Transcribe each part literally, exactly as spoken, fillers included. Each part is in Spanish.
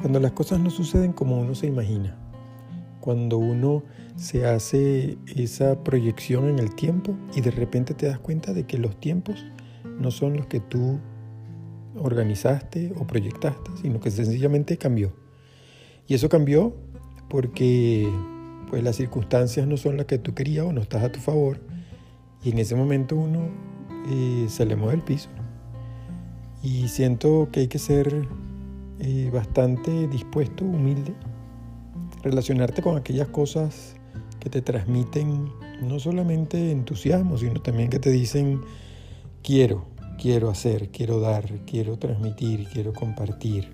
Cuando las cosas no suceden como uno se imagina, cuando uno se hace esa proyección en el tiempo y de repente te das cuenta de que los tiempos no son los que tú organizaste o proyectaste, sino que sencillamente cambió. Y eso cambió porque pues, las circunstancias no son las que tú querías o no estás a tu favor, y en ese momento uno eh, se le mueve el piso. Y siento que hay que ser eh, bastante dispuesto, humilde, relacionarte con aquellas cosas que te transmiten no solamente entusiasmo, sino también que te dicen quiero, quiero hacer, quiero dar, quiero transmitir, quiero compartir.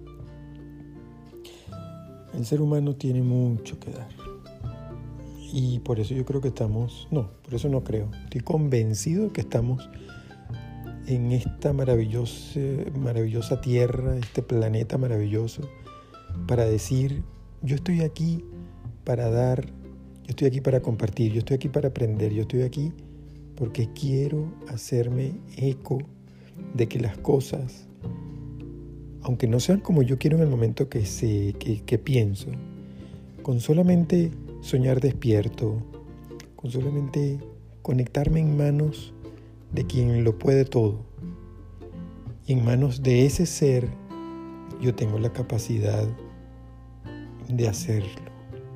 El ser humano tiene mucho que dar. Y por eso yo creo que estamos, no, por eso no creo, estoy convencido de que estamos en esta maravillosa, maravillosa tierra, este planeta maravilloso, para decir, yo estoy aquí para dar, yo estoy aquí para compartir, yo estoy aquí para aprender, yo estoy aquí porque quiero hacerme eco de que las cosas, aunque no sean como yo quiero en el momento que, se, que, que pienso, con solamente soñar despierto, con solamente conectarme en manos de quien lo puede todo, y en manos de ese ser yo tengo la capacidad de hacerlo.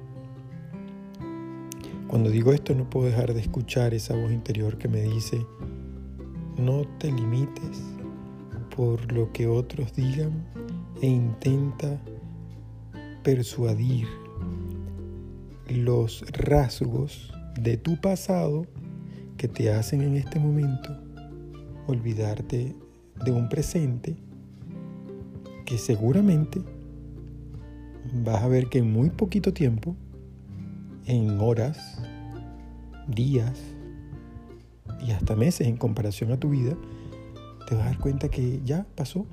Cuando digo esto no puedo dejar de escuchar esa voz interior que me dice, no te limites por lo que otros digan e intenta persuadir los rasgos de tu pasado que te hacen en este momento olvidarte de un presente que seguramente vas a ver que en muy poquito tiempo, en horas, días y hasta meses en comparación a tu vida, te vas a dar cuenta que ya pasó.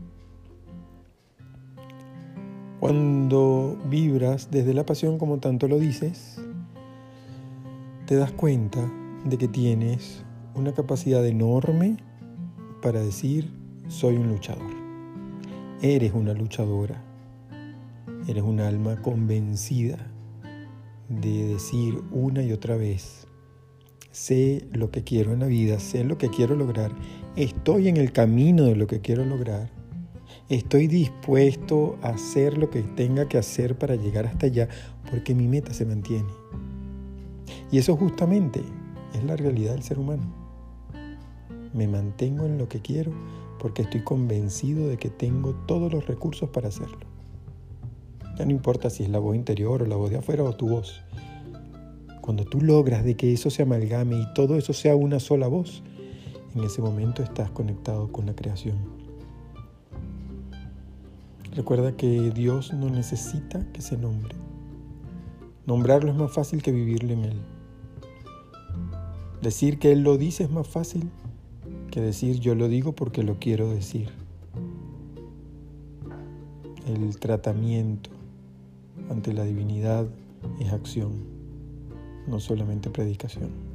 Cuando vibras desde la pasión, como tanto lo dices, te das cuenta de que tienes una capacidad enorme para decir, soy un luchador. Eres una luchadora. Eres un alma convencida de decir una y otra vez, sé lo que quiero en la vida, sé lo que quiero lograr, estoy en el camino de lo que quiero lograr, estoy dispuesto a hacer lo que tenga que hacer para llegar hasta allá, porque mi meta se mantiene. Y eso justamente es la realidad del ser humano. Me mantengo en lo que quiero porque estoy convencido de que tengo todos los recursos para hacerlo. Ya no importa si es la voz interior o la voz de afuera o tu voz. Cuando tú logras de que eso se amalgame y todo eso sea una sola voz, en ese momento estás conectado con la creación. Recuerda que Dios no necesita que se nombre. Nombrarlo es más fácil que vivirlo en Él. Decir que Él lo dice es más fácil que decir yo lo digo porque lo quiero decir. El tratamiento ante la divinidad es acción, no solamente predicación.